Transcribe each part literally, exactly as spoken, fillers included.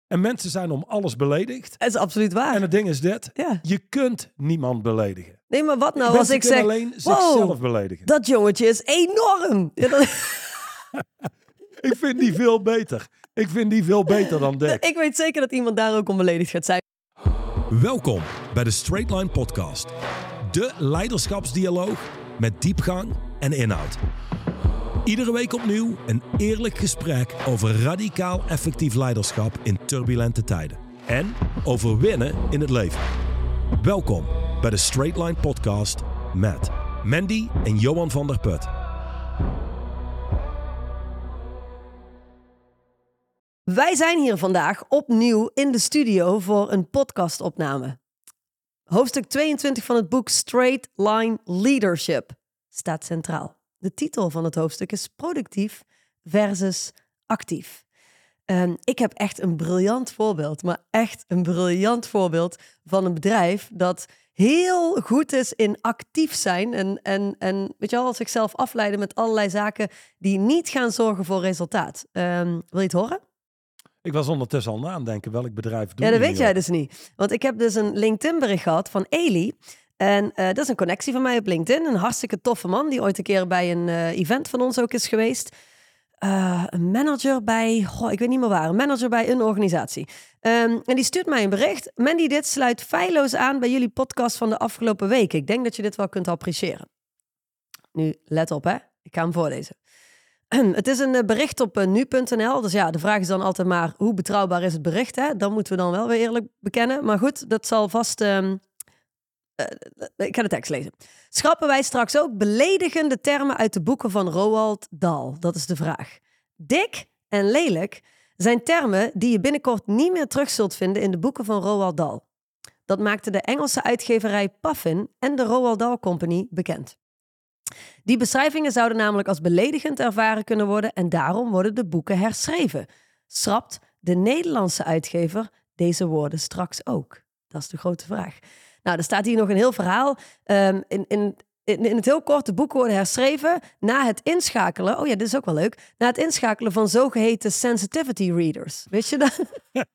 En mensen zijn om alles beledigd. Dat is absoluut waar. En het ding is dit. Ja. Je kunt niemand beledigen. Nee, maar wat nou mensen als ik zeg... alleen zichzelf wow, beledigen. dat jongetje is enorm. Ja, dat... Ik vind die veel beter. Ik vind die veel beter dan Dick. Ik weet zeker dat iemand daar ook om beledigd gaat zijn. Welkom bij de Straight Line Podcast. De leiderschapsdialoog met diepgang en inhoud. Iedere week opnieuw een eerlijk gesprek over radicaal effectief leiderschap in turbulente tijden. En over winnen in het leven. Welkom bij de Straight Line Podcast met Mandy en Johan van der Put. Wij zijn hier vandaag opnieuw in de studio voor een podcastopname. Hoofdstuk tweeëntwintig van het boek Straight Line Leadership staat centraal. De titel van het hoofdstuk is productief versus actief. Um, ik heb echt een briljant voorbeeld, maar echt een briljant voorbeeld van een bedrijf dat heel goed is in actief zijn en, en, en weet je wel, zichzelf afleiden met allerlei zaken die niet gaan zorgen voor resultaat. Um, wil je het horen? Ik was ondertussen al na aan denken welk bedrijf doe Ja, dat je weet nu jij op? dus niet. Want ik heb dus een LinkedIn-bericht gehad van Eli. En uh, dat is een connectie van mij op LinkedIn. Een hartstikke toffe man die ooit een keer bij een uh, event van ons ook is geweest. Uh, een manager bij, goh, ik weet niet meer waar, een manager bij een organisatie. Um, en die stuurt mij een bericht. Mandy, dit sluit feilloos aan bij jullie podcast van de afgelopen weken. Ik denk dat je dit wel kunt appreciëren. Nu, let op hè, ik ga hem voorlezen. Het is een bericht op nu punt n l. Dus ja, de vraag is dan altijd maar, hoe betrouwbaar is het bericht? Hè? Dan moeten we dan wel weer eerlijk bekennen. Maar goed, dat zal vast... Um, uh, ik ga de tekst lezen. Schrappen wij straks ook beledigende termen uit de boeken van Roald Dahl? Dat is de vraag. Dik en lelijk zijn termen die je binnenkort niet meer terug zult vinden in de boeken van Roald Dahl. Dat maakte de Engelse uitgeverij Puffin en de Roald Dahl Company bekend. Die beschrijvingen zouden namelijk als beledigend ervaren kunnen worden en daarom worden de boeken herschreven. Schrapt de Nederlandse uitgever deze woorden straks ook? Dat is de grote vraag. Nou, er staat hier nog een heel verhaal. Um, in, in, in, in het heel kort, de boeken worden herschreven na het inschakelen... Oh ja, dit is ook wel leuk. Na het inschakelen van zogeheten sensitivity readers. Weet je dat?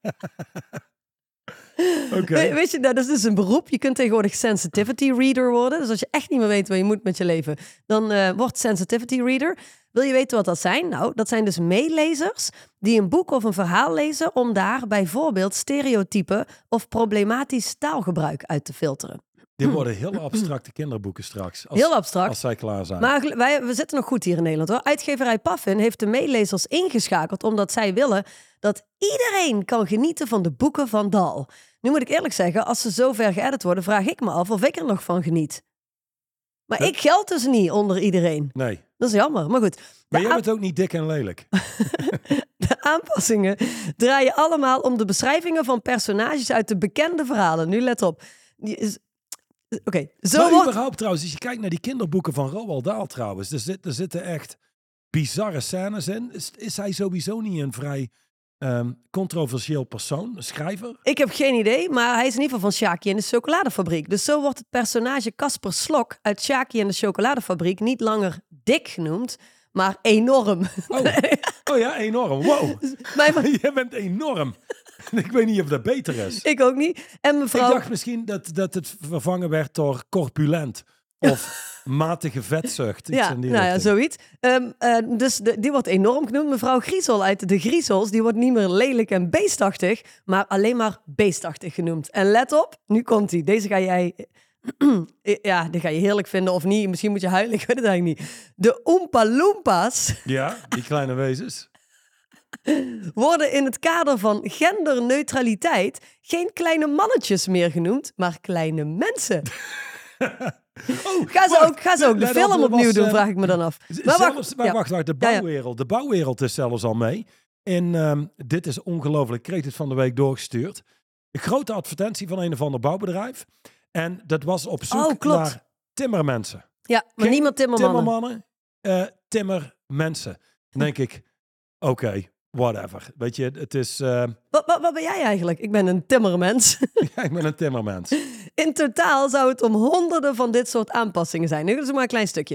Okay. Weet je, dat is dus een beroep. Je kunt tegenwoordig sensitivity reader worden. Dus als je echt niet meer weet wat je moet met je leven, dan uh, word sensitivity reader. Wil je weten wat dat zijn? Nou, dat zijn dus meelezers die een boek of een verhaal lezen om daar bijvoorbeeld stereotypen of problematisch taalgebruik uit te filteren. Dit worden heel abstracte kinderboeken straks. Als, heel abstract. Als zij klaar zijn. Maar wij, we zitten nog goed hier in Nederland hoor. Uitgeverij Puffin heeft de meelezers ingeschakeld omdat zij willen dat iedereen kan genieten van de boeken van Dahl. Nu moet ik eerlijk zeggen, als ze zo ver geëdit worden, vraag ik me af of ik er nog van geniet. Maar dat... ik geld dus niet onder iedereen. Nee. Dat is jammer, maar goed. Maar jij bent ook niet dik en lelijk. De aanpassingen draaien allemaal om de beschrijvingen van personages uit de bekende verhalen. Nu let op. Is... Oké, okay. Zo maar wordt... überhaupt trouwens, als je kijkt naar die kinderboeken van Roald Dahl trouwens, er, zit, er zitten echt bizarre scènes in. Is, is hij sowieso niet een vrij um, controversieel persoon, een schrijver? Ik heb geen idee, maar hij is in ieder geval van Sjaki en de chocoladefabriek. Dus zo wordt het personage Kasper Slok uit Sjaki en de chocoladefabriek niet langer dik genoemd, maar enorm. Oh, oh ja, enorm. Wow. Mijn... Je bent enorm. Ik weet niet of dat beter is. Ik ook niet. En mevrouw... Ik dacht misschien dat, dat het vervangen werd door corpulent. Of matige vetzucht. Iets ja, in die nou ja, richting. zoiets. Um, uh, dus de, die wordt enorm genoemd. Mevrouw Griezel uit de Griezels, die wordt niet meer lelijk en beestachtig, maar alleen maar beestachtig genoemd. En let op, nu komt hij. Deze ga jij... ja, die ga je heerlijk vinden of niet. Misschien moet je huilen, ik weet het eigenlijk niet. De Oompa Loompas... Ja, die kleine wezens... worden in het kader van genderneutraliteit geen kleine mannetjes meer genoemd, maar kleine mensen. oh, ga, ze ook, ga ze ook de ja, film opnieuw was, doen, uh, vraag ik me dan af. Maar zelfs, wacht, ja. wacht, wacht, de bouwwereld. Ja, ja. De bouwwereld is zelfs al mee. En um, dit is ongelooflijk. Ik kreeg het van de week doorgestuurd. Een grote advertentie van een of ander bouwbedrijf. En dat was op zoek oh, naar timmermensen. Ja, maar geen niemand timmermannen. Timmermannen, uh, timmermensen. Dan denk ik, oké. Okay. Whatever. Weet je, het is... Uh... Wat, wat, wat ben jij eigenlijk? Ik ben een timmermens. ja, ik ben een timmermens. In totaal zou het om honderden van dit soort aanpassingen zijn. Nu is het maar een klein stukje.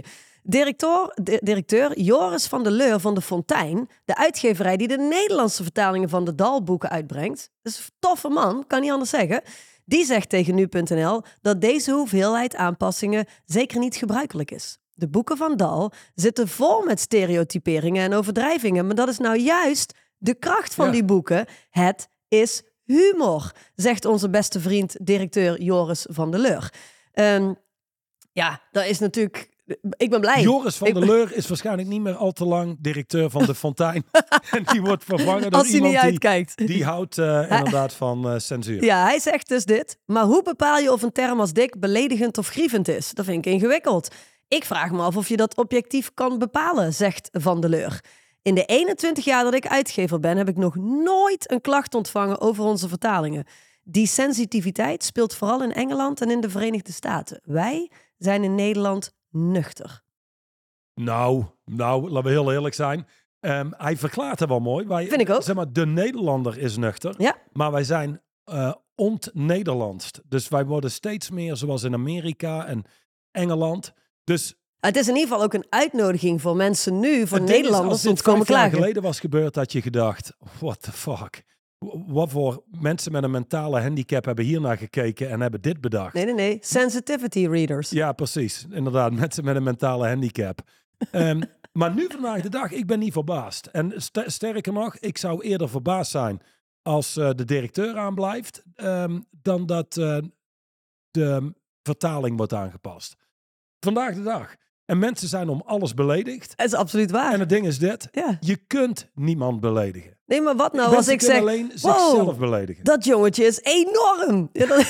Directeur, di- directeur Joris van der Leur van de Fontein, de uitgeverij die de Nederlandse vertalingen van de Dalboeken uitbrengt, dus een toffe man, kan niet anders zeggen, die zegt tegen nu punt n l dat deze hoeveelheid aanpassingen zeker niet gebruikelijk is. De boeken van Dal zitten vol met stereotyperingen en overdrijvingen, maar dat is nou juist de kracht van Ja. die boeken. Het is humor, zegt onze beste vriend directeur Joris van der Leur. Um, ja, dat is natuurlijk... Ik ben blij. Joris van Ik der ben- Leur is waarschijnlijk niet meer al te lang directeur van de Fontein. En die wordt vervangen door Als hij niet iemand die, uitkijkt. die houdt uh, inderdaad van uh, censuur. Ja, hij zegt dus dit. Maar hoe bepaal je of een term als dik beledigend of grievend is? Dat vind ik ingewikkeld. Ik vraag me af of je dat objectief kan bepalen, zegt Van der Leur. In de eenentwintig jaar dat ik uitgever ben, heb ik nog nooit een klacht ontvangen over onze vertalingen. Die sensitiviteit speelt vooral in Engeland en in de Verenigde Staten. Wij zijn in Nederland nuchter. Nou, nou, laten we heel eerlijk zijn. Um, hij verklaart het wel mooi. Wij, Vind ik ook. Zeg maar, de Nederlander is nuchter. Ja. Maar wij zijn uh, ont-Nederlandst. Dus wij worden steeds meer zoals in Amerika en Engeland. Dus Het is in ieder geval ook een uitnodiging voor mensen nu, voor het ding is, Nederlanders, als om dit te komen vijf jaar klagen. geleden was gebeurd, had je gedacht, what the fuck? Wat voor mensen met een mentale handicap hebben hier naar gekeken en hebben dit bedacht? Nee, nee, nee. Sensitivity readers. Ja, precies. Inderdaad, mensen met een mentale handicap. um, maar nu vandaag de dag, ik ben niet verbaasd. En st- sterker nog, ik zou eerder verbaasd zijn als uh, de directeur aanblijft, um, dan dat uh, de vertaling wordt aangepast. Vandaag de dag. En mensen zijn om alles beledigd. Dat is absoluut waar. En het ding is dit, Ja. je kunt niemand beledigen. Nee, maar wat nou Mensen als ik kunnen zeg... alleen wow, zichzelf beledigen. dat jongetje is enorm. Ja, dat-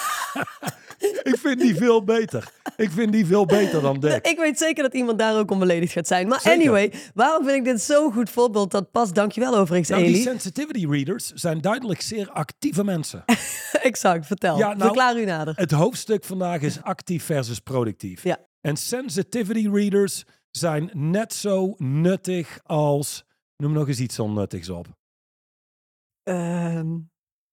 Ik vind die veel beter. Ik vind die veel beter dan Dirk. ik weet zeker dat iemand daar ook om beledigd gaat zijn. Maar Zeker. anyway, waarom vind ik dit zo'n goed voorbeeld? Dat past, dankjewel overigens, Nou, Eli. die sensitivity readers zijn duidelijk zeer actieve mensen. Exact, vertel. Ja, nou, Verklaar u nader. Het hoofdstuk vandaag is actief versus productief. Ja. En sensitivity readers zijn net zo nuttig als... Noem nog eens iets onnuttigs op. Ehm,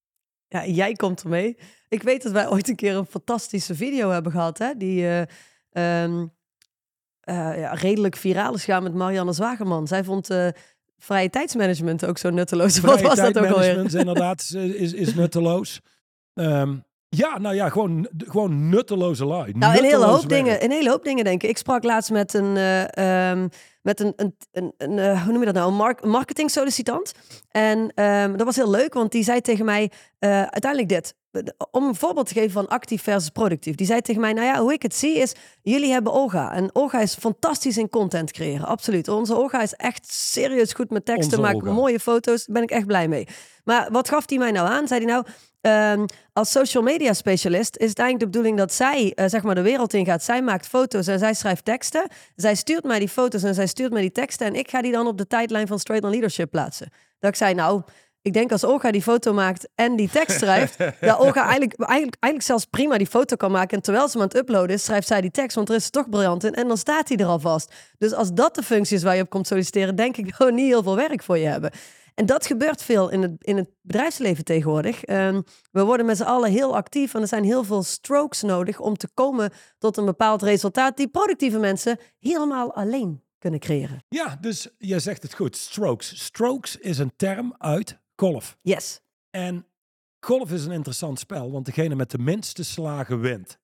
ja, jij komt ermee. Ik weet dat wij ooit een keer een fantastische video hebben gehad, hè? Die uh, um, uh, ja, redelijk viraal is gegaan met Marianne Zwageman. Zij vond uh, vrije tijdsmanagement ook zo nutteloos. Wat was dat ook alweer? Tijdmanagement inderdaad is, is nutteloos. Um, ja, nou ja, gewoon, gewoon nutteloze lui. Nou, een hele, Nutteloos hoop werk. dingen, een hele hoop dingen, denk ik. Ik sprak laatst met een, uh, um, met een, een, een, een uh, hoe noem je dat nou, een mark- marketing sollicitant. En um, dat was heel leuk, want die zei tegen mij uh, uiteindelijk dit. Om een voorbeeld te geven van actief versus productief. Die zei tegen mij, nou ja, hoe ik het zie is, jullie hebben Olga. En Olga is fantastisch in content creëren, absoluut. Onze Olga is echt serieus goed met teksten, Onze maakt Olga. mooie foto's. Daar ben ik echt blij mee. Maar wat gaf hij mij nou aan? Zei hij nou, um, als social media specialist is het eigenlijk de bedoeling dat zij uh, zeg maar de wereld ingaat. Zij maakt foto's en zij schrijft teksten. Zij stuurt mij die foto's en zij stuurt mij die teksten. En ik ga die dan op de tijdlijn van Straight on Leadership plaatsen. Dat ik zei, nou... Ik denk als Olga die foto maakt en die tekst schrijft, dat Olga eigenlijk, eigenlijk, eigenlijk zelfs prima die foto kan maken. En terwijl ze hem aan het uploaden is, schrijft zij die tekst, want er is toch briljant in. En dan staat hij er alvast. Dus als dat de functie is waar je op komt solliciteren, denk ik dat we niet heel veel werk voor je hebben. En dat gebeurt veel in het, in het bedrijfsleven tegenwoordig. Um, we worden met z'n allen heel actief en er zijn heel veel strokes nodig om te komen tot een bepaald resultaat die productieve mensen helemaal alleen kunnen creëren. Ja, dus je zegt het goed. Strokes. Strokes is een term uit golf. Yes. En golf is een interessant spel, want degene met de minste slagen wint.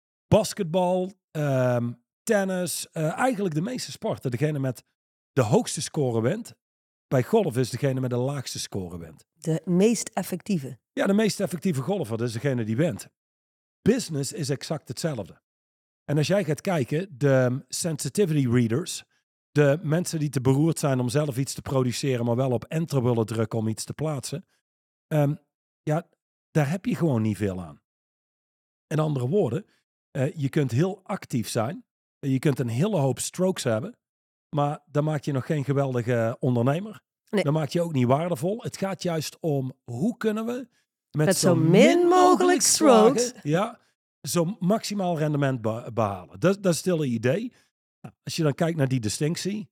Basketbal, um, tennis, uh, eigenlijk de meeste sporten. Degene met de hoogste score wint. Bij golf is degene met de laagste score wint. De meest effectieve. Ja, de meest effectieve golfer, dat is degene die wint. Business is exact hetzelfde. En als jij gaat kijken, de sensitivity readers, de mensen die te beroerd zijn om zelf iets te produceren, maar wel op enter willen drukken om iets te plaatsen. Um, ja, daar heb je gewoon niet veel aan. In andere woorden, uh, je kunt heel actief zijn. Je kunt een hele hoop strokes hebben. Maar dan maak je nog geen geweldige ondernemer. Nee. Dan maak je ook niet waardevol. Het gaat juist om hoe kunnen we met, Met zo, zo min mogelijk strokes. slagen, ja, zo maximaal rendement be- behalen. Dat, dat is het hele idee. Nou, als je dan kijkt naar die distinctie.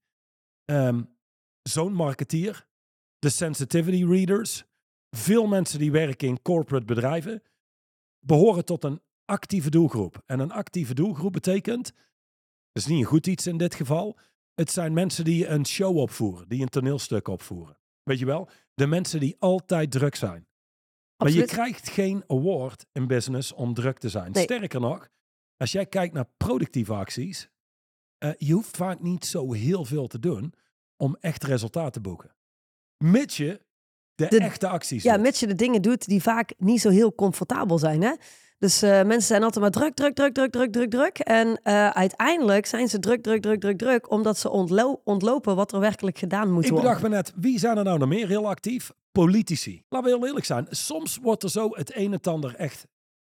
Um, zo'n marketeer, de sensitivity readers, veel mensen die werken in corporate bedrijven, behoren tot een actieve doelgroep. En een actieve doelgroep betekent Dat is niet een goed iets in dit geval. Het zijn mensen die een show opvoeren. Die een toneelstuk opvoeren. Weet je wel? De mensen die altijd druk zijn. Maar Absoluut. je krijgt geen award in business om druk te zijn. Nee. Sterker nog, als jij kijkt naar productieve acties, uh, je hoeft vaak niet zo heel veel te doen om echt resultaat te boeken. Mits je de, De- echte acties Ja, doet. mits je de dingen doet die vaak niet zo heel comfortabel zijn. Hè? Dus uh, mensen zijn altijd maar druk, druk, druk, druk, druk, druk, druk. En uh, uiteindelijk zijn ze druk, druk, druk, druk, druk, omdat ze ontlo- ontlopen wat er werkelijk gedaan moet Ik worden. bedacht me net, wie zijn er nou nog meer heel actief? Politici. Laten we heel eerlijk zijn. Soms wordt er zo het een en ander echt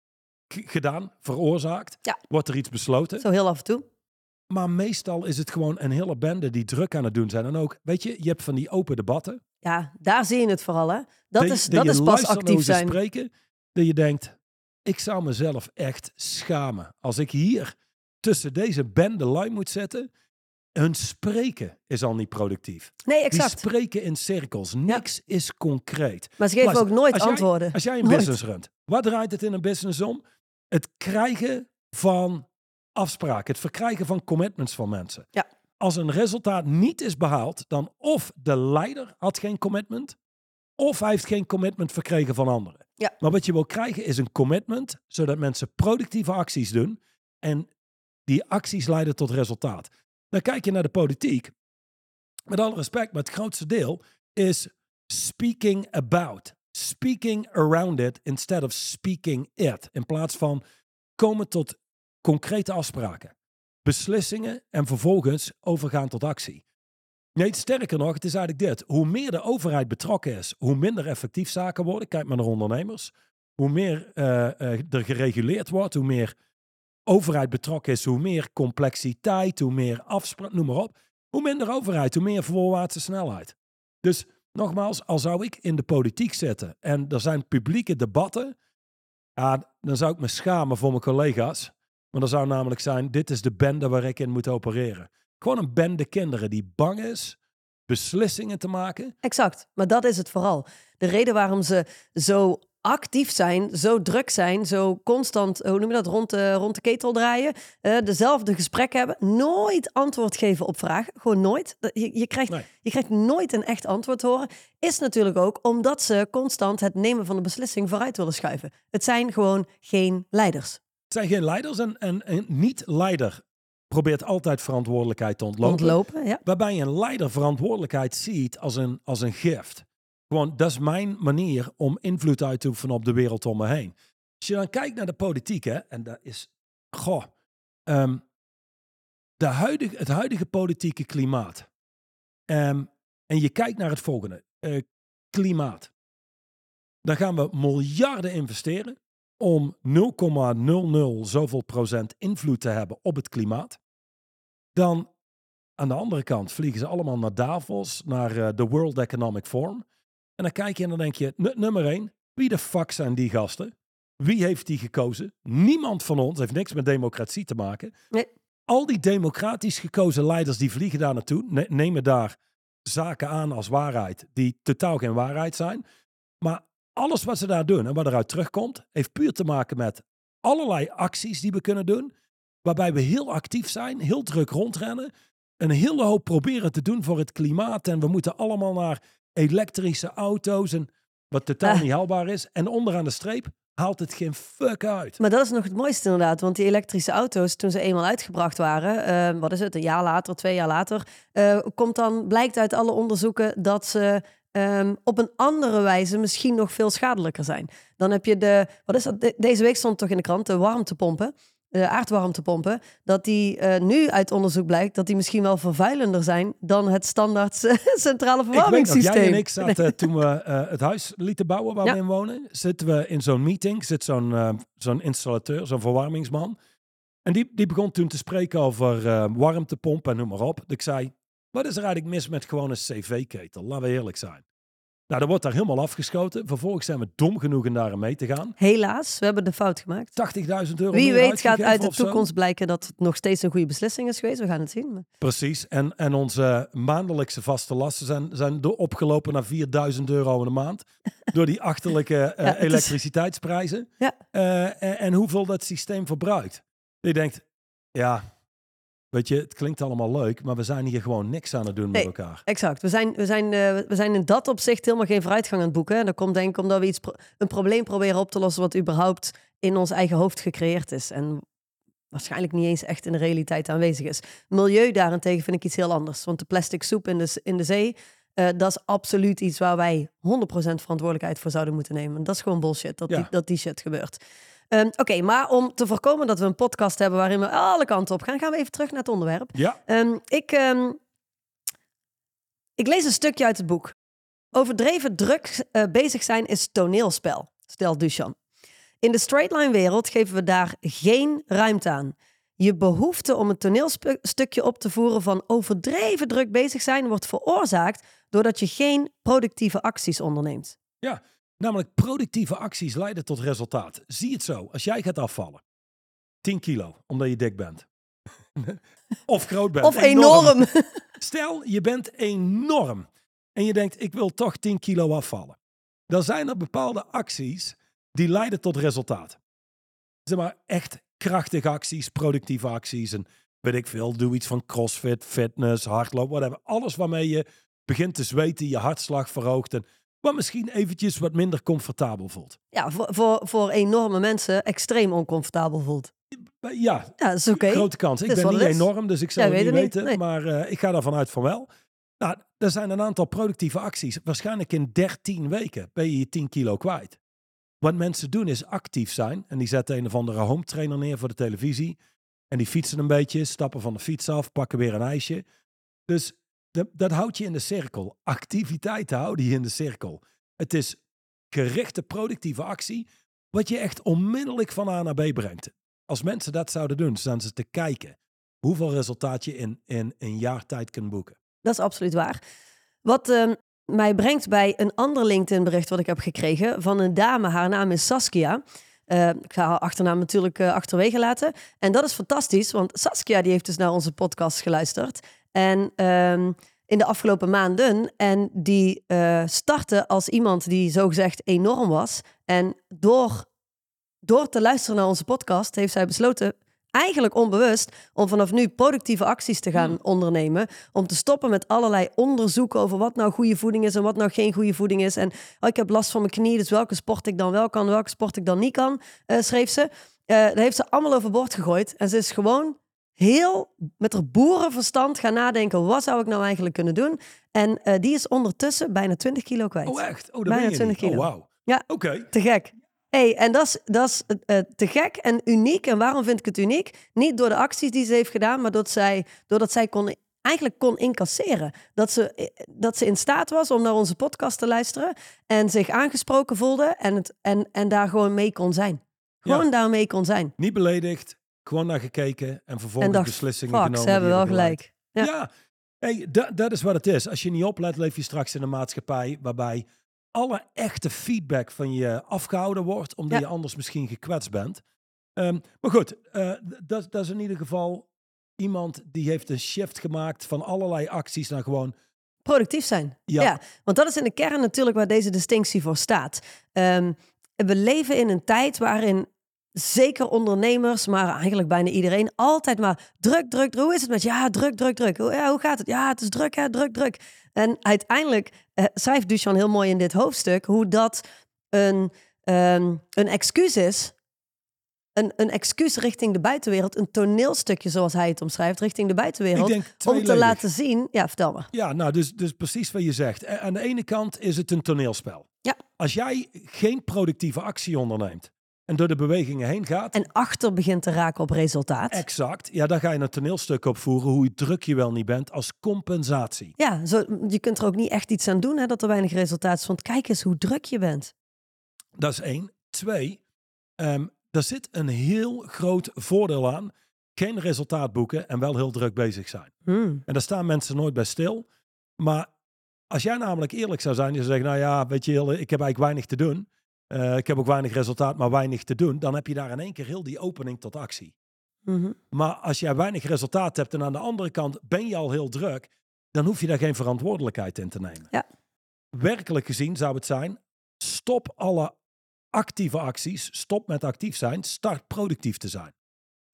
g- gedaan, veroorzaakt. Ja. Wordt er iets besloten. Zo heel af en toe. Maar meestal is het gewoon een hele bende die druk aan het doen zijn. En ook, weet je, je hebt van die open debatten. Ja, daar zie je het vooral. Hè? Dat, is, dat dat je is pas luistert naar actief hoe ze zijn. spreken, dat je denkt, ik zou mezelf echt schamen. Als ik hier tussen deze bende lui moet zetten. Hun spreken is al niet productief. Nee, Die exact. spreken in cirkels. Niks is concreet. Maar ze geven Luister, ook nooit als jij- antwoorden. Als jij een Nooit. business runt, waar draait het in een business om? Het krijgen van afspraken. Het verkrijgen van commitments van mensen. Ja. Als een resultaat niet is behaald, dan of de leider had geen commitment, of hij heeft geen commitment verkregen van anderen. Ja. Maar wat je wil krijgen is een commitment, zodat mensen productieve acties doen en die acties leiden tot resultaat. Dan kijk je naar de politiek. Met alle respect, maar het grootste deel is speaking about. Speaking around it instead of speaking it. In plaats van komen tot concrete afspraken, beslissingen en vervolgens overgaan tot actie. Nee, sterker nog, het is eigenlijk dit. Hoe meer de overheid betrokken is, hoe minder effectief zaken worden. Kijk maar naar ondernemers. Hoe meer uh, uh, er gereguleerd wordt, hoe meer overheid betrokken is, hoe meer complexiteit, hoe meer afspraak, noem maar op. Hoe minder overheid, hoe meer voorwaartse snelheid. Dus nogmaals, al zou ik in de politiek zitten en er zijn publieke debatten, ja, dan zou ik me schamen voor mijn collega's. Want dan zou namelijk zijn, dit is de bende waar ik in moet opereren. Gewoon een bende kinderen die bang is beslissingen te maken. Exact, maar dat is het vooral. De reden waarom ze zo actief zijn, zo druk zijn, zo constant, hoe noem je dat, rond de, rond de ketel draaien, uh, dezelfde gesprekken hebben, nooit antwoord geven op vragen, gewoon nooit. Je, je, krijgt, Nee. je krijgt nooit een echt antwoord horen, is natuurlijk ook omdat ze constant het nemen van de beslissing vooruit willen schuiven. Het zijn gewoon geen leiders. Het zijn geen leiders en, en, en niet-leider probeert altijd verantwoordelijkheid te ontlopen. Ontlopen, ja. Waarbij een leider verantwoordelijkheid ziet als een, als een gift. Gewoon, dat is mijn manier om invloed uit te oefenen op de wereld om me heen. Als je dan kijkt naar de politiek, hè, en dat is, goh, um, de huidige, het huidige politieke klimaat. Um, en je kijkt naar het volgende, uh, klimaat. Dan gaan we miljarden investeren om nul komma nul nul zoveel procent invloed te hebben op het klimaat. Dan aan de andere kant vliegen ze allemaal naar Davos, naar uh, de World Economic Forum. En dan kijk je en dan denk je, n- nummer één, wie de fuck zijn die gasten? Wie heeft die gekozen? Niemand van ons, heeft niks met democratie te maken. Nee. Al die democratisch gekozen leiders die vliegen daar naartoe, ne- nemen daar zaken aan als waarheid die totaal geen waarheid zijn. Maar alles wat ze daar doen en wat eruit terugkomt, heeft puur te maken met allerlei acties die we kunnen doen, waarbij we heel actief zijn, heel druk rondrennen, een hele hoop proberen te doen voor het klimaat en we moeten allemaal naar elektrische auto's, en wat totaal Ah. niet haalbaar is. En onderaan de streep haalt het geen fuck uit. Maar dat is nog het mooiste inderdaad, want die elektrische auto's, toen ze eenmaal uitgebracht waren, uh, wat is het, een jaar later, twee jaar later, uh, komt dan, blijkt uit alle onderzoeken dat ze um, op een andere wijze misschien nog veel schadelijker zijn. Dan heb je de, wat is dat, de, deze week stond toch in de krant, de warmtepompen. De aardwarmtepompen, dat die uh, nu uit onderzoek blijkt dat die misschien wel vervuilender zijn dan het standaard centrale verwarmingssysteem. Ik weet nog, jij en ik zaten toen we uh, het huis lieten bouwen waar ja. we in wonen, zitten we in zo'n meeting, zit zo'n, uh, zo'n installateur, zo'n verwarmingsman. En die, die begon toen te spreken over uh, warmtepompen en noem maar op. Ik zei, wat is er eigenlijk mis met gewoon een cv-ketel? Laten we eerlijk zijn. Nou, dat wordt daar helemaal afgeschoten. Vervolgens zijn we dom genoeg om daar mee te gaan. Helaas, we hebben de fout gemaakt. tachtigduizend euro Wie meer weet gaat uit de of zo. toekomst blijken dat het nog steeds een goede beslissing is geweest. We gaan het zien. Maar... Precies. En, en onze maandelijkse vaste lasten zijn, zijn do- opgelopen naar vierduizend euro in de maand. Door die achterlijke uh, ja, elektriciteitsprijzen. Is... Ja. Uh, en, en hoeveel dat systeem verbruikt. Je denkt, ja, weet je, het klinkt allemaal leuk, maar we zijn hier gewoon niks aan het doen Nee, met elkaar. Exact. We zijn, we, zijn, uh, we zijn in dat opzicht helemaal geen vooruitgang aan het boeken. En dat komt denk ik omdat we iets pro- een probleem proberen op te lossen wat überhaupt in ons eigen hoofd gecreëerd is. En waarschijnlijk niet eens echt in de realiteit aanwezig is. Milieu daarentegen vind ik iets heel anders. Want de plastic soep in de, in de zee, uh, dat is absoluut iets waar wij honderd procent verantwoordelijkheid voor zouden moeten nemen. Dat is gewoon bullshit, dat, Ja. die, dat die shit gebeurt. Um, Oké, okay, maar om te voorkomen dat we een podcast hebben waarin we alle kanten op gaan, gaan we even terug naar het onderwerp. Ja. Um, ik, um, ik lees een stukje uit het boek. Overdreven druk uh, bezig zijn is toneelspel, stelt Duchamp. In de straightline wereld geven we daar geen ruimte aan. Je behoefte om een toneelstukje op te voeren van overdreven druk bezig zijn wordt veroorzaakt doordat je geen productieve acties onderneemt. Ja, namelijk productieve acties leiden tot resultaat. Zie het zo, als jij gaat afvallen, tien kilo, omdat je dik bent. Of groot bent. Of enorm. enorm. Stel, je bent enorm en je denkt, ik wil toch tien kilo afvallen. Dan zijn er bepaalde acties die leiden tot resultaat. Zeg maar echt krachtige acties, productieve acties. En weet ik veel, doe iets van crossfit, fitness, hardloop, whatever. Alles waarmee je begint te zweten, je hartslag verhoogt en wat misschien eventjes wat minder comfortabel voelt. Ja, voor, voor, voor enorme mensen extreem oncomfortabel voelt. Ja, ja dat is oké. Grote kans. Ik ben niet enorm, dus ik zou ja, het niet weten. Nee. Maar uh, ik ga ervan uit van wel. Nou, er zijn een aantal productieve acties. Waarschijnlijk in dertien weken ben je je tien kilo kwijt. Wat mensen doen is actief zijn. En die zetten een of andere home trainer neer voor de televisie. En die fietsen een beetje, stappen van de fiets af, pakken weer een ijsje. Dus dat, dat houdt je in de cirkel. Activiteiten houden je in de cirkel. Het is gerichte productieve actie, wat je echt onmiddellijk van A naar B brengt. Als mensen dat zouden doen, staan ze te kijken hoeveel resultaat je in, in een jaar tijd kunt boeken. Dat is absoluut waar. Wat uh, mij brengt bij een ander LinkedIn bericht wat ik heb gekregen van een dame. Haar naam is Saskia. Uh, ik ga haar achternaam natuurlijk uh, achterwege laten. En dat is fantastisch, want Saskia die heeft dus naar onze podcast geluisterd. En uh, in de afgelopen maanden. En die uh, startte als iemand die zogezegd enorm was. En door, door te luisteren naar onze podcast heeft zij besloten, eigenlijk onbewust, om vanaf nu productieve acties te gaan mm. ondernemen. Om te stoppen met allerlei onderzoeken over wat nou goede voeding is en wat nou geen goede voeding is. En oh, ik heb last van mijn knie, dus welke sport ik dan wel kan, welke sport ik dan niet kan, uh, schreef ze. Uh, dat heeft ze allemaal overboord gegooid. En ze is gewoon heel met haar boerenverstand gaan nadenken, wat zou ik nou eigenlijk kunnen doen? En uh, die is ondertussen bijna twintig kilo kwijt. Oh echt? Oh, dat bijna ben je twintig niet. kilo. Oh wauw. Ja, okay. Te gek. Hey, en dat is, dat is uh, te gek en uniek. En waarom vind ik het uniek? Niet door de acties die ze heeft gedaan, maar doordat zij, doordat zij kon, eigenlijk kon incasseren. Dat ze, dat ze in staat was om naar onze podcast te luisteren en zich aangesproken voelde en, het, en, en daar gewoon mee kon zijn. Gewoon ja. daarmee kon zijn. Niet beledigd, gewoon naar gekeken en vervolgens en dacht, beslissingen fuck, genomen. Ze hebben wel gelijk. Ja, ja hey, dat, dat is wat het is. Als je niet oplet, leef je straks in een maatschappij waarbij alle echte feedback van je afgehouden wordt, omdat ja. je anders misschien gekwetst bent. Um, maar goed, uh, dat, dat is in ieder geval iemand die heeft een shift gemaakt van allerlei acties naar gewoon productief zijn. Ja. ja, want dat is in de kern natuurlijk waar deze distinctie voor staat. Um, we leven in een tijd waarin zeker ondernemers, maar eigenlijk bijna iedereen, altijd maar druk, druk, druk. Hoe is het met je? Ja, druk, druk, druk. Ja, hoe gaat het? Ja, het is druk, hè, druk, druk. En uiteindelijk uh, schrijft Duchamp heel mooi in dit hoofdstuk hoe dat een, um, een excuus is. Een, een excuus richting de buitenwereld. Een toneelstukje, zoals hij het omschrijft, richting de buitenwereld. Om te laten zien. Ja, vertel maar. Ja, nou, dus, dus precies wat je zegt. Aan de ene kant is het een toneelspel. Ja. Als jij geen productieve actie onderneemt en door de bewegingen heen gaat. En achter begint te raken op resultaat. Exact. Ja, dan ga je een toneelstuk opvoeren hoe druk je wel niet bent als compensatie. Ja, zo, je kunt er ook niet echt iets aan doen hè, dat er weinig resultaat is. Want kijk eens hoe druk je bent. Dat is één. Twee, um, er zit een heel groot voordeel aan. Geen resultaat boeken en wel heel druk bezig zijn. Hmm. En daar staan mensen nooit bij stil. Maar als jij namelijk eerlijk zou zijn, je zou zeggen, nou ja, weet je, ik heb eigenlijk weinig te doen. Uh, ik heb ook weinig resultaat, maar weinig te doen. Dan heb je daar in één keer heel die opening tot actie. Mm-hmm. Maar als jij weinig resultaat hebt en aan de andere kant ben je al heel druk, dan hoef je daar geen verantwoordelijkheid in te nemen. Ja. Werkelijk gezien zou het zijn, stop alle actieve acties, stop met actief zijn, start productief te zijn.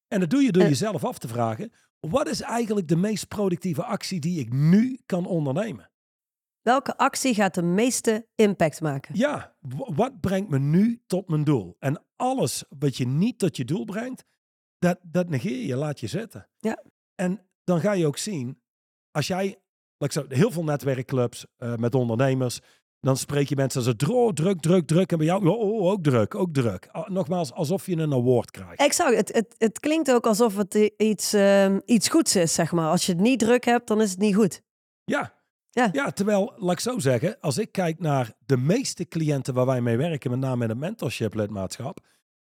En dat doe je door En- jezelf af te vragen, wat is eigenlijk de meest productieve actie die ik nu kan ondernemen? Welke actie gaat de meeste impact maken? Ja, w- wat brengt me nu tot mijn doel? En alles wat je niet tot je doel brengt, dat, dat negeer je, laat je zitten. Ja. En dan ga je ook zien, als jij, like zo, heel veel netwerkclubs uh, met ondernemers, dan spreek je mensen als druk, druk, druk, druk. En bij jou, oh, oh, ook druk, ook druk. Uh, nogmaals, alsof je een award krijgt. Exact. Het, het, het klinkt ook alsof het iets, um, iets goeds is, zeg maar. Als je het niet druk hebt, dan is het niet goed. Ja. Ja. Ja, terwijl, laat ik zo zeggen, als ik kijk naar de meeste cliënten waar wij mee werken, met name in het mentorship lidmaatschap,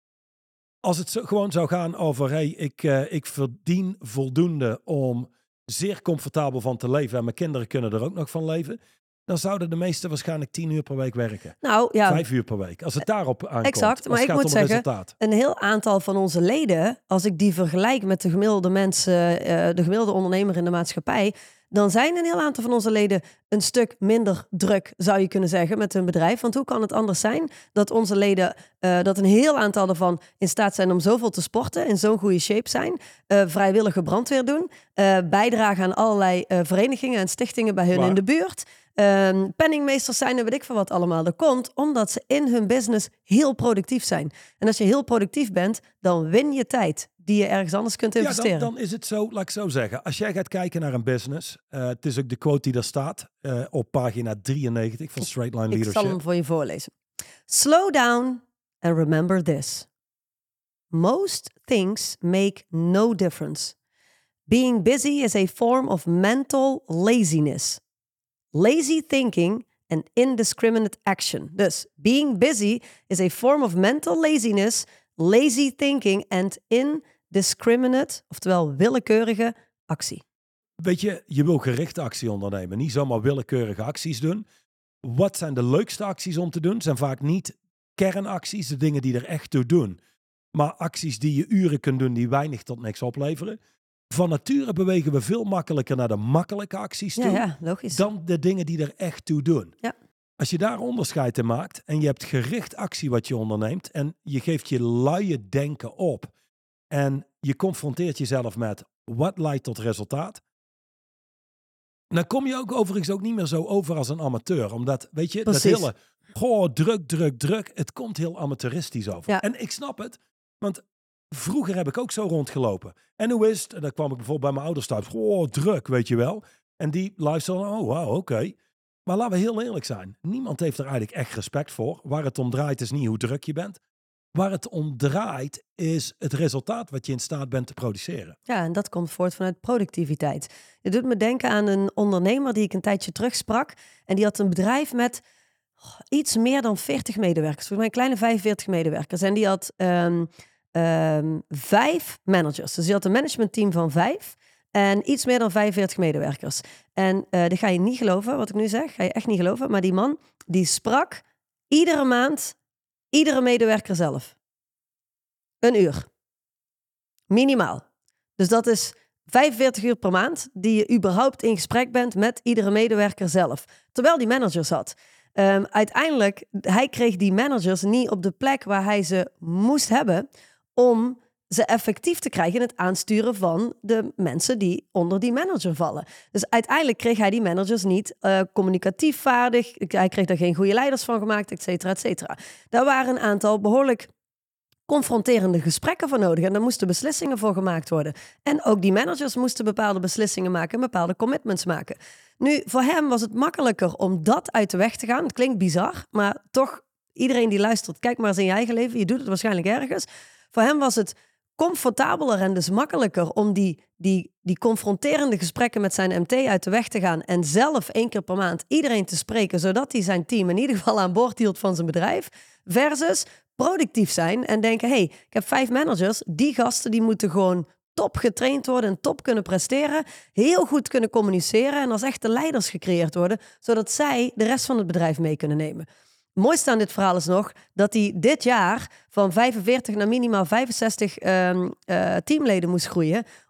als het zo, gewoon zou gaan over, hey, ik, uh, ik verdien voldoende om zeer comfortabel van te leven en mijn kinderen kunnen er ook nog van leven, dan zouden de meesten waarschijnlijk tien uur per week werken. Nou ja. Vijf uur per week. Als het daarop aankomt. Exact, maar ik moet zeggen, resultaat. Een heel aantal van onze leden, als ik die vergelijk met de gemiddelde mensen, uh, de gemiddelde ondernemer in de maatschappij, dan zijn een heel aantal van onze leden een stuk minder druk, zou je kunnen zeggen, met hun bedrijf. Want hoe kan het anders zijn dat onze leden, uh, dat een heel aantal daarvan in staat zijn om zoveel te sporten, in zo'n goede shape zijn, uh, vrijwillige brandweer doen, uh, bijdragen aan allerlei uh, verenigingen en stichtingen bij hun Waar? in de buurt. Uh, penningmeesters zijn en weet ik veel wat allemaal. Dat komt omdat ze in hun business heel productief zijn. En als je heel productief bent, dan win je tijd die je ergens anders kunt investeren. Ja, dan, dan is het zo, laat ik zo zeggen. Als jij gaat kijken naar een business, uh, het is ook de quote die daar staat uh, op pagina drieënnegentig van Straight Line Leadership. Ik zal hem voor je voorlezen. Slow down and remember this. Most things make no difference. Being busy is a form of mental laziness. Lazy thinking and indiscriminate action. Dus being busy is a form of mental laziness, lazy thinking and indiscriminate, oftewel willekeurige actie. Weet je, je wil gerichte actie ondernemen, niet zomaar willekeurige acties doen. Wat zijn de leukste acties om te doen? Zijn vaak niet kernacties, de dingen die er echt toe doen, maar acties die je uren kunt doen die weinig tot niks opleveren. Van nature bewegen we veel makkelijker naar de makkelijke acties toe, ja, ja, logisch. dan de dingen die er echt toe doen. Ja. Als je daar onderscheid in maakt en je hebt gericht actie wat je onderneemt en je geeft je luie denken op en je confronteert jezelf met wat leidt tot resultaat, dan kom je ook overigens ook niet meer zo over als een amateur. Omdat, weet je, Precies. dat hele, goh, druk, druk, druk, het komt heel amateuristisch over. Ja. En ik snap het, want vroeger heb ik ook zo rondgelopen. En hoe is het? En dan kwam ik bijvoorbeeld bij mijn ouders thuis. Oh, druk, weet je wel. En die luisteren, oh, wauw, oké. Okay. Maar laten we heel eerlijk zijn. Niemand heeft er eigenlijk echt respect voor. Waar het om draait is niet hoe druk je bent. Waar het om draait is het resultaat wat je in staat bent te produceren. Ja, en dat komt voort vanuit productiviteit. Het doet me denken aan een ondernemer die ik een tijdje terug sprak. En die had een bedrijf met oh, iets meer dan veertig medewerkers. Volgens mij een kleine vijfenveertig medewerkers. En die had um, um, vijf managers. Dus die had een managementteam van vijf. En iets meer dan vijfenveertig medewerkers. En uh, dit ga je niet geloven, wat ik nu zeg. Ga je echt niet geloven. Maar die man, die sprak iedere maand iedere medewerker zelf. Een uur. Minimaal. Dus dat is vijfenveertig uur per maand die je überhaupt in gesprek bent met iedere medewerker zelf. Terwijl die manager zat. Um, uiteindelijk, hij kreeg die managers niet op de plek waar hij ze moest hebben om ze effectief te krijgen in het aansturen van de mensen die onder die manager vallen. Dus uiteindelijk kreeg hij die managers niet uh, communicatief vaardig. Hij kreeg daar geen goede leiders van gemaakt, et cetera, et cetera. Daar waren een aantal behoorlijk confronterende gesprekken voor nodig. En daar moesten beslissingen voor gemaakt worden. En ook die managers moesten bepaalde beslissingen maken en bepaalde commitments maken. Nu, voor hem was het makkelijker om dat uit de weg te gaan. Het klinkt bizar, maar toch, iedereen die luistert, kijk maar eens in je eigen leven. Je doet het waarschijnlijk ergens. Voor hem was het comfortabeler en dus makkelijker om die, die, die confronterende gesprekken met zijn M T uit de weg te gaan en zelf één keer per maand iedereen te spreken, zodat hij zijn team in ieder geval aan boord hield van zijn bedrijf, versus productief zijn en denken, hey, ik heb vijf managers, die gasten die moeten gewoon top getraind worden en top kunnen presteren, heel goed kunnen communiceren en als echte leiders gecreëerd worden, zodat zij de rest van het bedrijf mee kunnen nemen. Het mooiste aan dit verhaal is nog dat hij dit jaar van vijfenveertig naar minimaal vijfenzestig um, uh, teamleden moest groeien,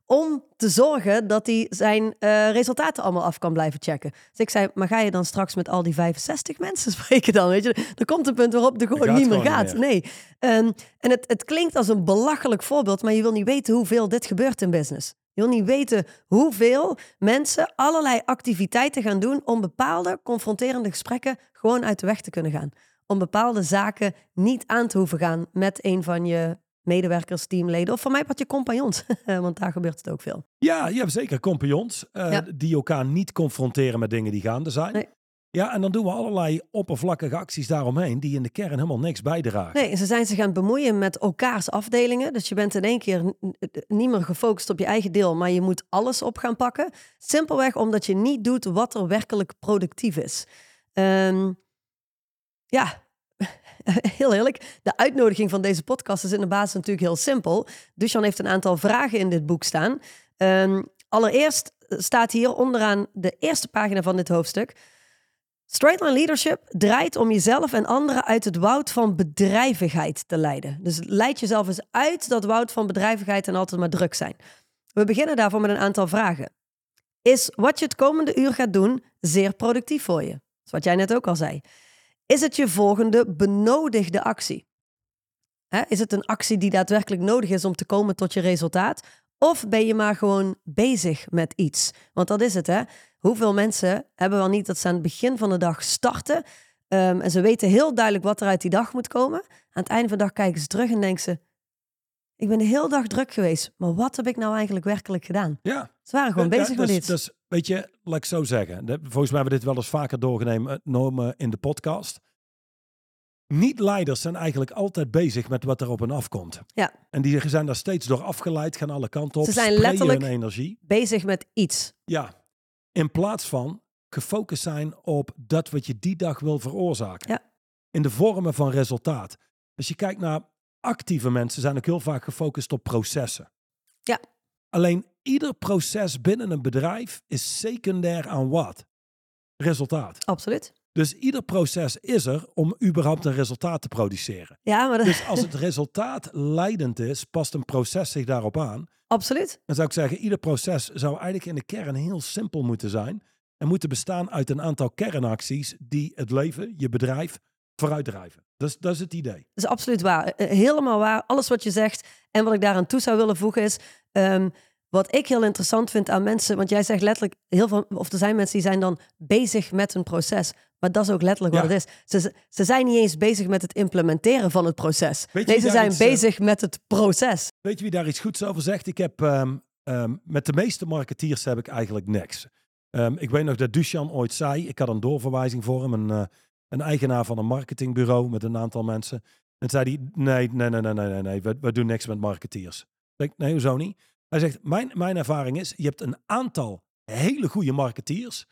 om te zorgen dat hij zijn uh, resultaten allemaal af kan blijven checken. Dus ik zei, maar ga je dan straks met al die vijfenzestig mensen spreken dan? Weet je? Er komt een punt waarop het gewoon niet meer gaat. Niet meer. Nee. Um, en het, het klinkt als een belachelijk voorbeeld, maar je wil niet weten hoeveel dit gebeurt in business. Je wil niet weten hoeveel mensen allerlei activiteiten gaan doen om bepaalde confronterende gesprekken gewoon uit de weg te kunnen gaan. Om bepaalde zaken niet aan te hoeven gaan met een van je medewerkers, teamleden of van mij wat je compagnons. Want daar gebeurt het ook veel. Ja, je hebt zeker compagnons uh, ja. die elkaar niet confronteren met dingen die gaande zijn. Nee. Ja, en dan doen we allerlei oppervlakkige acties daaromheen die in de kern helemaal niks bijdragen. Nee, ze zijn zich gaan bemoeien met elkaars afdelingen. Dus je bent in één keer n- niet meer gefocust op je eigen deel, maar je moet alles op gaan pakken. Simpelweg omdat je niet doet wat er werkelijk productief is. Um, ja, heel eerlijk. De uitnodiging van deze podcast is in de basis natuurlijk heel simpel. Dusan heeft een aantal vragen in dit boek staan. Um, allereerst staat hier onderaan de eerste pagina van dit hoofdstuk: Straight Line Leadership draait om jezelf en anderen uit het woud van bedrijvigheid te leiden. Dus leid jezelf eens uit dat woud van bedrijvigheid en altijd maar druk zijn. We beginnen daarvoor met een aantal vragen. Is wat je het komende uur gaat doen zeer productief voor je? Dat is wat jij net ook al zei. Is het je volgende benodigde actie? Hè? Is het een actie die daadwerkelijk nodig is om te komen tot je resultaat? Of ben je maar gewoon bezig met iets? Want dat is het, hè? Hoeveel mensen hebben wel niet dat ze aan het begin van de dag starten um, en ze weten heel duidelijk wat er uit die dag moet komen. Aan het einde van de dag kijken ze terug en denken ze: ik ben de hele dag druk geweest, maar wat heb ik nou eigenlijk werkelijk gedaan? Ja. Ze waren gewoon ja, bezig dus, met iets. Dus, weet je, laat ik zo zeggen. De, volgens mij hebben we dit wel eens vaker doorgenomen in de podcast. Niet-leiders zijn eigenlijk altijd bezig met wat er op hen afkomt. Ja. En die zijn daar steeds door afgeleid, gaan alle kanten op. Ze zijn letterlijk hun energie. bezig met iets. Ja. In plaats van gefocust zijn op dat wat je die dag wil veroorzaken. Ja. In de vormen van resultaat. Als je kijkt naar actieve mensen, zijn ook heel vaak gefocust op processen. Ja. Alleen ieder proces binnen een bedrijf is secundair aan wat? Resultaat. Absoluut. Dus ieder proces is er om überhaupt een resultaat te produceren. Ja, maar dat... Dus als het resultaat leidend is, past een proces zich daarop aan. Absoluut. Dan zou ik zeggen, ieder proces zou eigenlijk in de kern heel simpel moeten zijn. En moeten bestaan uit een aantal kernacties die het leven, je bedrijf, vooruitdrijven. Dus dat is het idee. Dat is absoluut waar. Helemaal waar. Alles wat je zegt. En wat ik daaraan toe zou willen voegen is... Um, wat ik heel interessant vind aan mensen... Want jij zegt letterlijk... heel veel, of er zijn mensen die zijn dan bezig met een proces. Maar dat is ook letterlijk ja. wat het is. Ze, ze zijn niet eens bezig met het implementeren van het proces. Nee, ze zijn iets, bezig uh, met het proces. Weet je wie daar iets goeds over zegt? Ik heb um, um, met de meeste marketeers heb ik eigenlijk niks. Um, ik weet nog dat Dusan ooit zei... Ik had een doorverwijzing voor hem. Een, uh, een eigenaar van een marketingbureau met een aantal mensen. En zei hij... Nee, nee, nee, nee, nee, nee, nee. We, we doen niks met marketeers. Ik nee, hoezo niet? Hij zegt, mijn, mijn ervaring is... Je hebt een aantal hele goede marketeers...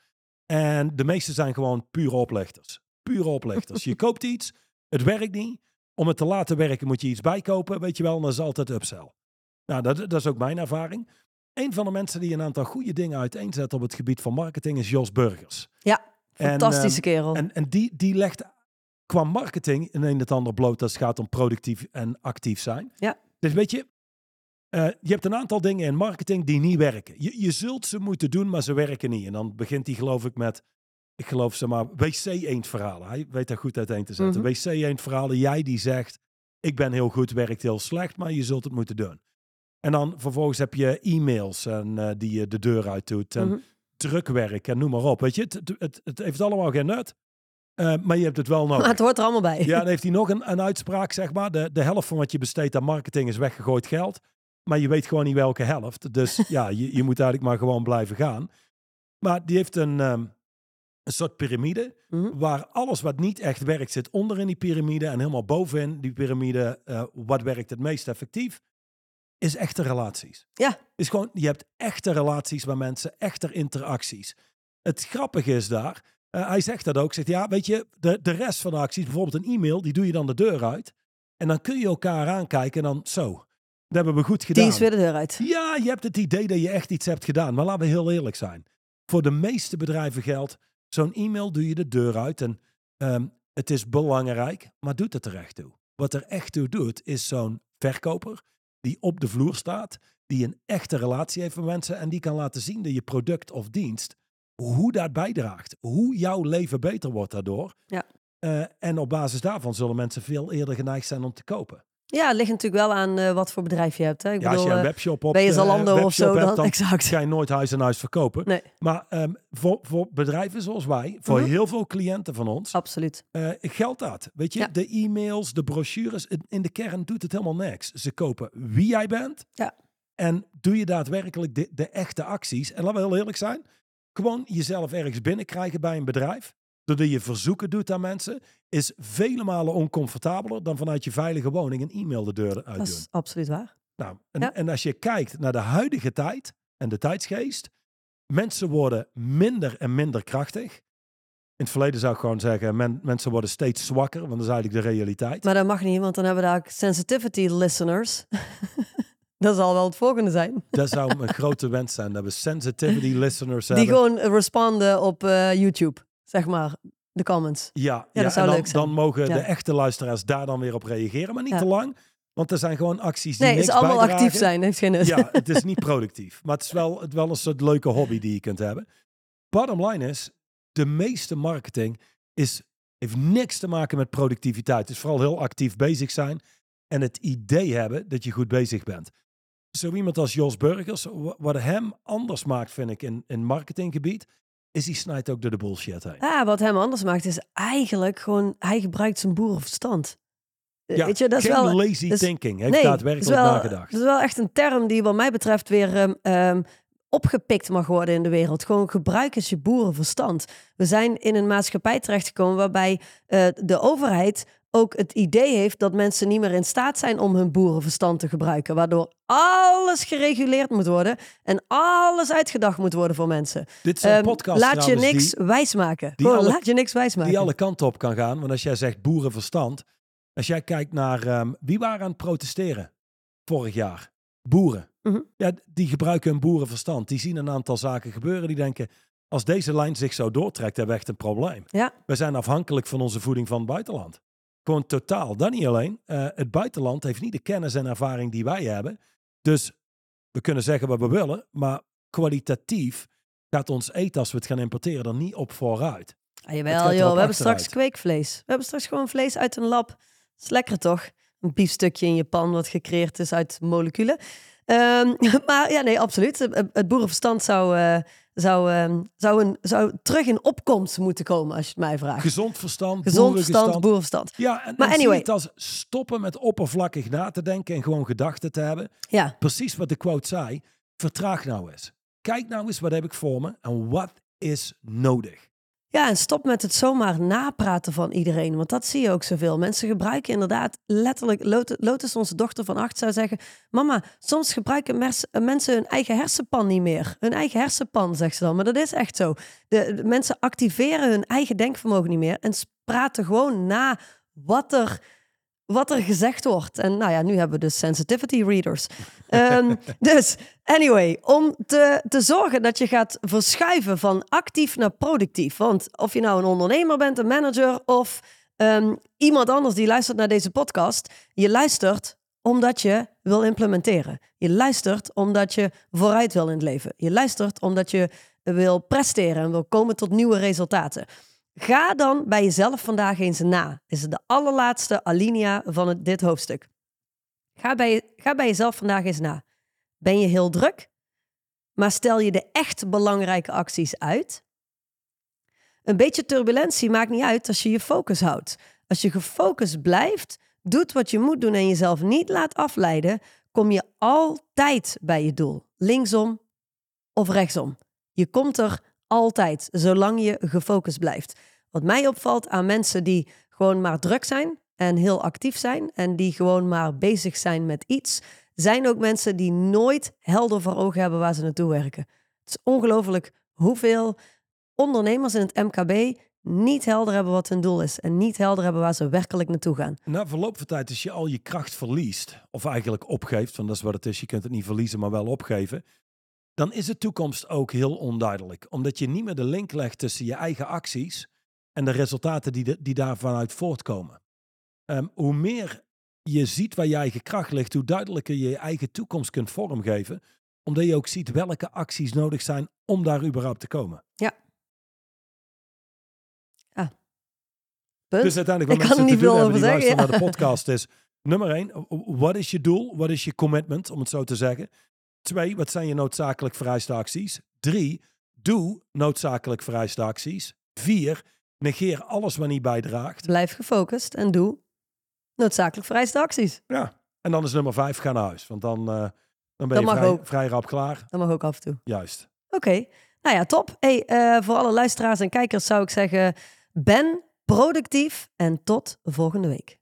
En de meeste zijn gewoon pure oplichters. Pure oplichters. Je koopt iets, het werkt niet. Om het te laten werken moet je iets bijkopen, weet je wel. En dat is altijd upsell. Nou, dat, dat is ook mijn ervaring. Een van de mensen die een aantal goede dingen uiteenzet op het gebied van marketing is Jos Burgers. Ja, fantastische en, kerel. En, en die, die legt qua marketing in een het ander bloot als het gaat om productief en actief zijn. Ja. Dus weet je... Uh, je hebt een aantal dingen in marketing die niet werken. Je, je zult ze moeten doen, maar ze werken niet. En dan begint hij geloof ik met, ik geloof zeg maar, W C-eend verhalen. Hij weet dat goed uiteen te zetten. Mm-hmm. W C-eend verhalen, jij die zegt, ik ben heel goed, werkt heel slecht, maar je zult het moeten doen. En dan vervolgens heb je e-mails en, uh, die je de deur uit doet. En mm-hmm. drukwerk en noem maar op. Weet je, het, het, het heeft allemaal geen nut. Uh, maar je hebt het wel nodig. Maar het hoort er allemaal bij. Ja, dan heeft hij nog een, een uitspraak, zeg maar. De, de helft van wat je besteedt aan marketing is weggegooid geld. Maar je weet gewoon niet welke helft. Dus ja, je, je moet eigenlijk maar gewoon blijven gaan. Maar die heeft een, um, een soort piramide. Mm-hmm. Waar alles wat niet echt werkt zit onder in die piramide. En helemaal bovenin die piramide, uh, wat werkt het meest effectief, is echte relaties. Ja. Is gewoon, je hebt echte relaties met mensen, echte interacties. Het grappige is daar, uh, hij zegt dat ook, zegt ja, weet je, de, de rest van de acties, bijvoorbeeld een e-mail, die doe je dan de deur uit. En dan kun je elkaar aankijken en dan zo. Dat hebben we goed gedaan. Die is weer de deur uit. Ja, je hebt het idee dat je echt iets hebt gedaan. Maar laten we heel eerlijk zijn. Voor de meeste bedrijven geldt, zo'n e-mail doe je de deur uit. En um, het is belangrijk, maar doet het er echt toe. Wat er echt toe doet, is zo'n verkoper die op de vloer staat, die een echte relatie heeft met mensen en die kan laten zien dat je product of dienst, hoe dat bijdraagt. Hoe jouw leven beter wordt daardoor. Ja. Uh, en op basis daarvan zullen mensen veel eerder geneigd zijn om te kopen. Ja, het ligt natuurlijk wel aan uh, wat voor bedrijf je hebt. Hè? Ik ja, bedoel, als je een webshop op ben je Zalando uh, of zo, hebt, dan, dan exact. ga je nooit huis aan huis verkopen. Nee. Maar um, voor, voor bedrijven zoals wij, voor mm-hmm. heel veel cliënten van ons, absoluut. Uh, geldt dat. Weet je, ja. de e-mails, de brochures, in de kern doet het helemaal niks. Ze kopen wie jij bent. Ja. En doe je daadwerkelijk de, de echte acties. En laten we heel eerlijk zijn, gewoon jezelf ergens binnenkrijgen bij een bedrijf, doordat je verzoeken doet aan mensen, is vele malen oncomfortabeler dan vanuit je veilige woning een e-mail de deur uit doen. Dat is absoluut waar. Nou, en, ja. en als je kijkt naar de huidige tijd en de tijdsgeest, mensen worden minder en minder krachtig. In het verleden zou ik gewoon zeggen, men, mensen worden steeds zwakker, want dat is eigenlijk de realiteit. Maar dat mag niet, want dan hebben we daar sensitivity listeners. Dat zal wel het volgende zijn. Dat zou mijn grote wens zijn, dat we sensitivity listeners hebben. Die gewoon responden op uh, YouTube, zeg maar, de comments. Ja, ja, ja dat zou en dan, leuk zijn. dan mogen ja. de echte luisteraars daar dan weer op reageren, maar niet ja. te lang. Want er zijn gewoon acties die nee, niks is allemaal bijdragen. actief zijn, heeft geen nut. Ja, het is niet productief. Maar het is wel, het wel een soort leuke hobby die je kunt hebben. Bottom line is, de meeste marketing is, heeft niks te maken met productiviteit. Het is vooral heel actief bezig zijn en het idee hebben dat je goed bezig bent. Zo iemand als Jos Burgers, wat hem anders maakt, vind ik, in, in marketinggebied, is hij snijdt ook door de bullshit heen. Ja, wat hem anders maakt is eigenlijk gewoon, hij gebruikt zijn boerenverstand. Ja, weet je, dat geen is wel, lazy dus, thinking, heeft nee, daadwerkelijk wel, nagedacht. Dat is wel echt een term die wat mij betreft weer um, um, opgepikt mag worden in de wereld. Gewoon gebruik eens je boerenverstand. We zijn in een maatschappij terechtgekomen waarbij uh, de overheid ook het idee heeft dat mensen niet meer in staat zijn om hun boerenverstand te gebruiken. Waardoor alles gereguleerd moet worden en alles uitgedacht moet worden voor mensen. Dit is een um, podcast laat je niks die, wijsmaken. Die Gewoon, alle, laat je niks wijsmaken. Die alle kanten op kan gaan. Want als jij zegt boerenverstand, als jij kijkt naar um, wie waren aan het protesteren vorig jaar? Boeren. Mm-hmm. Ja, die gebruiken hun boerenverstand. Die zien een aantal zaken gebeuren. Die denken, als deze lijn zich zo doortrekt, hebben we echt een probleem. Ja. We zijn afhankelijk van onze voeding van het buitenland. Gewoon totaal. Dat niet alleen. Uh, het buitenland heeft niet de kennis en ervaring die wij hebben. Dus we kunnen zeggen wat we willen. Maar kwalitatief gaat ons eten, als we het gaan importeren, er niet op vooruit. Ah, jawel, joh. We hebben straks kweekvlees. We hebben straks gewoon vlees uit een lab. Dat is lekker toch? Een biefstukje in je pan wat gecreëerd is uit moleculen. Um, maar ja, nee, absoluut. Het boerenverstand zou, uh, zou, uh, zou, een, zou terug in opkomst moeten komen, als je het mij vraagt. Gezond verstand, Gezond verstand, boerenverstand. Ja, en, maar en anyway. zie het als stoppen met oppervlakkig na te denken en gewoon gedachten te hebben. Ja. Precies wat de quote zei. Vertraag nou eens. Kijk nou eens, wat heb ik voor me en wat is nodig? Ja, en stop met het zomaar napraten van iedereen. Want dat zie je ook zoveel. Mensen gebruiken inderdaad letterlijk... Lotus, onze dochter van acht, zou zeggen... Mama, soms gebruiken mers, mensen hun eigen hersenpan niet meer. Hun eigen hersenpan, zegt ze dan. Maar dat is echt zo. De, de mensen activeren hun eigen denkvermogen niet meer. En praten gewoon na wat er... wat er gezegd wordt. En nou ja, nu hebben we dus sensitivity readers. Um, dus, anyway, om te, te zorgen dat je gaat verschuiven van actief naar productief. Want of je nou een ondernemer bent, een manager of um, iemand anders die luistert naar deze podcast. Je luistert omdat je wil implementeren. Je luistert omdat je vooruit wil in het leven. Je luistert omdat je wil presteren en wil komen tot nieuwe resultaten. Ga dan bij jezelf vandaag eens na. Dit is de allerlaatste alinea van het, dit hoofdstuk. Ga bij, ga bij jezelf vandaag eens na. Ben je heel druk? Maar stel je de echt belangrijke acties uit? Een beetje turbulentie maakt niet uit als je je focus houdt. Als je gefocust blijft, doet wat je moet doen en jezelf niet laat afleiden, kom je altijd bij je doel. Linksom of rechtsom. Je komt er altijd, zolang je gefocust blijft. Wat mij opvalt aan mensen die gewoon maar druk zijn en heel actief zijn en die gewoon maar bezig zijn met iets, zijn ook mensen die nooit helder voor ogen hebben waar ze naartoe werken. Het is ongelooflijk hoeveel ondernemers in het M K B niet helder hebben wat hun doel is en niet helder hebben waar ze werkelijk naartoe gaan. Na verloop van tijd, als je al je kracht verliest, of eigenlijk opgeeft, want dat is wat het is, je kunt het niet verliezen, maar wel opgeven, dan is de toekomst ook heel onduidelijk. Omdat je niet meer de link legt tussen je eigen acties en de resultaten die, de, die daarvan uit voortkomen. Um, hoe meer je ziet waar je eigen kracht ligt, hoe duidelijker je je eigen toekomst kunt vormgeven. Omdat je ook ziet welke acties nodig zijn om daar überhaupt te komen. Ja. Ah. Punt. Dus uiteindelijk wat Ik kan mensen er te niet doen veel hebben over die zeggen. luisteren Ja. naar de podcast is... Nummer één, wat is je doel? Wat is je commitment, om het zo te zeggen? Twee, wat zijn je noodzakelijk vereiste acties? Drie, doe noodzakelijk vereiste acties. Vier, negeer alles wat niet bijdraagt. Blijf gefocust en doe noodzakelijk vereiste acties. Ja, en dan is nummer vijf, ga naar huis. Want dan, uh, dan ben Dat je mag vrij, ook. vrij rap klaar. Dat mag ook af en toe. Juist. Oké, okay. Nou ja, top. Hey, uh, voor alle luisteraars en kijkers zou ik zeggen... ben productief en tot volgende week.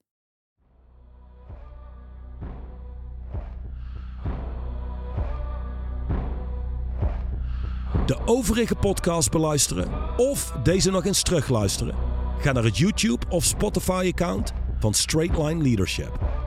De overige podcast beluisteren of deze nog eens terugluisteren? Ga naar het YouTube of Spotify account van Straight Line Leadership.